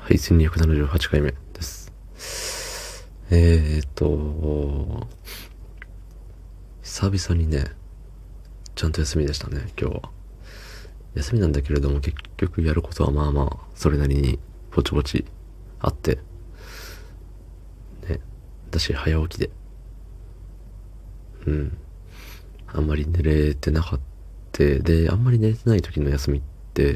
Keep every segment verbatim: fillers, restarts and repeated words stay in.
はい、せんにひゃくななじゅうはちかいめです。えーっと、久々にね、ちゃんと休みでしたね、今日は。休みなんだけれども、結局やることはまあまあ、それなりにぼちぼちあって、ね、だし早起きで、うん、あんまり寝れてなかった。で、あんまり寝れてない時の休みって、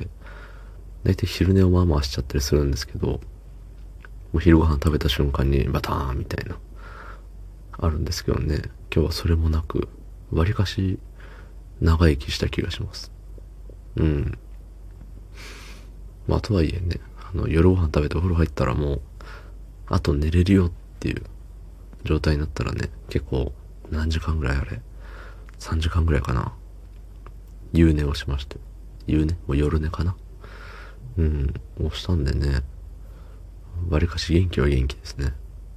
だいたい昼寝をまあまあしちゃったりするんですけど、もう昼ご飯食べた瞬間にバターンみたいな、あるんですけどね、今日はそれもなく、わりかし長生きした気がします。うん。まあ、とはいえね、あの、夜ご飯食べてお風呂入ったらもう、あと寝れるよっていう状態になったらね、結構、何時間ぐらいあれ ?さん 時間ぐらいかな。夕寝をしまして。夕寝もう夜寝かな。うん。をしたんでね、わりかし元気は元気ですね。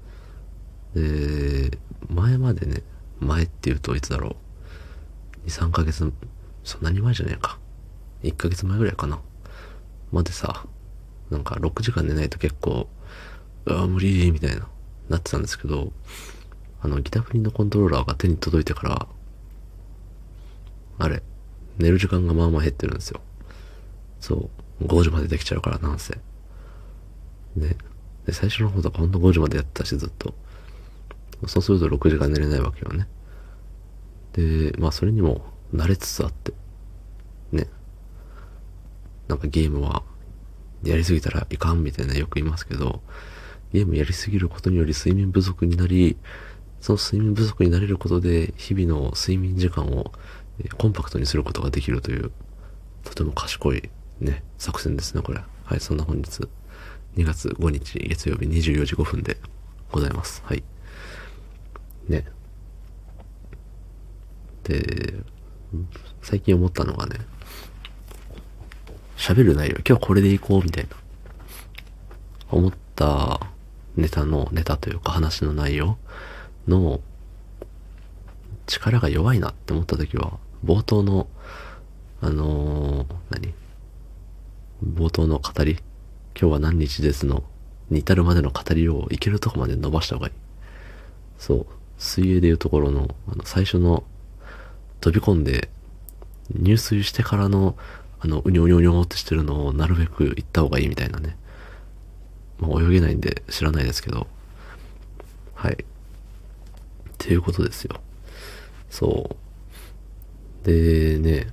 で、前までね、前って言うといつだろう。に、さんかげつ、そんなに前じゃねえか。いっかげつまえぐらいかな。までさ、なんかろくじかん寝ないと結構、うわ、無理みたいな、なってたんですけど、あの、ギターフリのコントローラーが手に届いてから、あれ、寝る時間がまあまあ減ってるんですよ。そう、ごじまでできちゃうから、なんせ。ね。で、最初の方とかほんとごじまでやってたし、ずっと。そうするとろくじかん寝れないわけよね。で、まあそれにも慣れつつあって、ね。なんかゲームはやりすぎたらいかんみたいなよく言いますけど、ゲームやりすぎることにより睡眠不足になり、その睡眠不足になれることで日々の睡眠時間をコンパクトにすることができるという、とても賢いね、作戦ですね、これ。はい、そんな本日にがつごにち月曜日にじゅうよじごふんでございます。はい。ね。で、最近思ったのがね、喋る内容、今日はこれでいこうみたいな、思ったネタの、ネタというか話の内容の力が弱いなって思った時は、冒頭の、あのー、何冒頭の語り、今日は何日ですの、に至るまでの語りをいけるとこまで伸ばした方がいい。そう、水泳でいうところの、あの、最初の飛び込んで、入水してからの、あの、うにょうにょうにょってしてるのをなるべく言った方がいいみたいなね。まあ、泳げないんで知らないですけど、はい。っていうことですよ。そう。でね、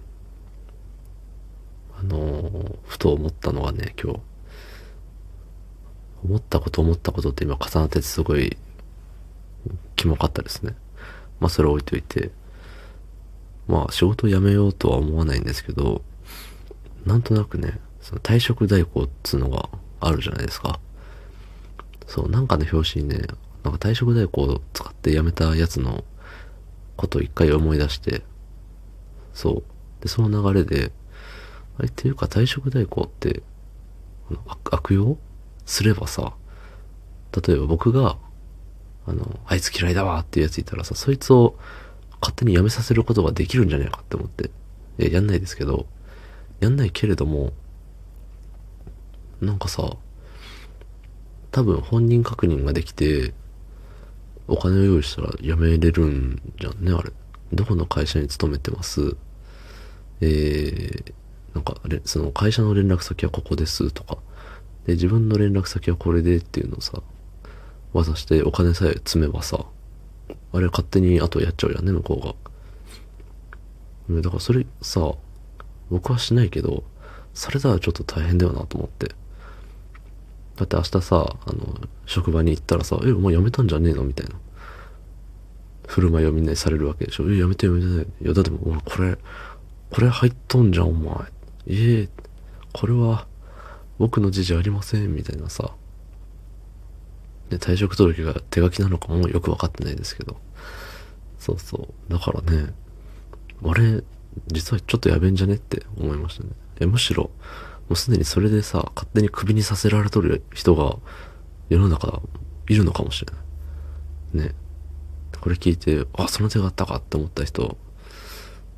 あのーふと思ったのがね、今日。思ったこと思ったことって今重なっててすごいキモかったですね。まあそれ置いといて、まあ仕事を辞めようとは思わないんですけど、なんとなくね、その退職代行っつうのがあるじゃないですか。そう、なんかの表紙にね、なんか退職代行を使って辞めたやつのことを一回思い出して、そう。で、その流れで、あれっていうか退職代行って、悪悪用すればさ、例えば僕が、あの、あいつ嫌いだわっていうやついたらさ、そいつを勝手に辞めさせることができるんじゃないかって思って。いや、やんないですけど、やんないけれども、なんかさ、多分本人確認ができて、お金を用意したら辞めれるんじゃんね、あれ。どこの会社に勤めてます。えー、なんか、その会社の連絡先はここですとか。で、自分の連絡先はこれでっていうのをさ、渡してお金さえ積めばさ、あれ勝手に後やっちゃうやんね、向こうが。だからそれさ、僕はしないけど、されたらちょっと大変だよなと思って。だって明日さ、あの、職場に行ったらさ、え、お前辞めたんじゃねえのみたいな。振る舞いをみんなにされるわけでしょ。え、辞めて辞めてない。いや、だってもう、これ、これ入っとんじゃん、お前。ええこれは、僕の字じゃありません、みたいなさ。で、退職届が手書きなのかもよくわかってないですけど。そうそう。だからね、あれ、実はちょっとやべえんじゃねって思いましたね。いや、むしろ、もうすでにそれでさ、勝手にクビにさせられとる人が世の中いるのかもしれない。ね。これ聞いて、あ、その手があったかって思った人、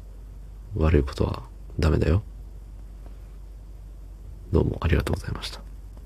悪いことはダメだよ。どうもありがとうございました。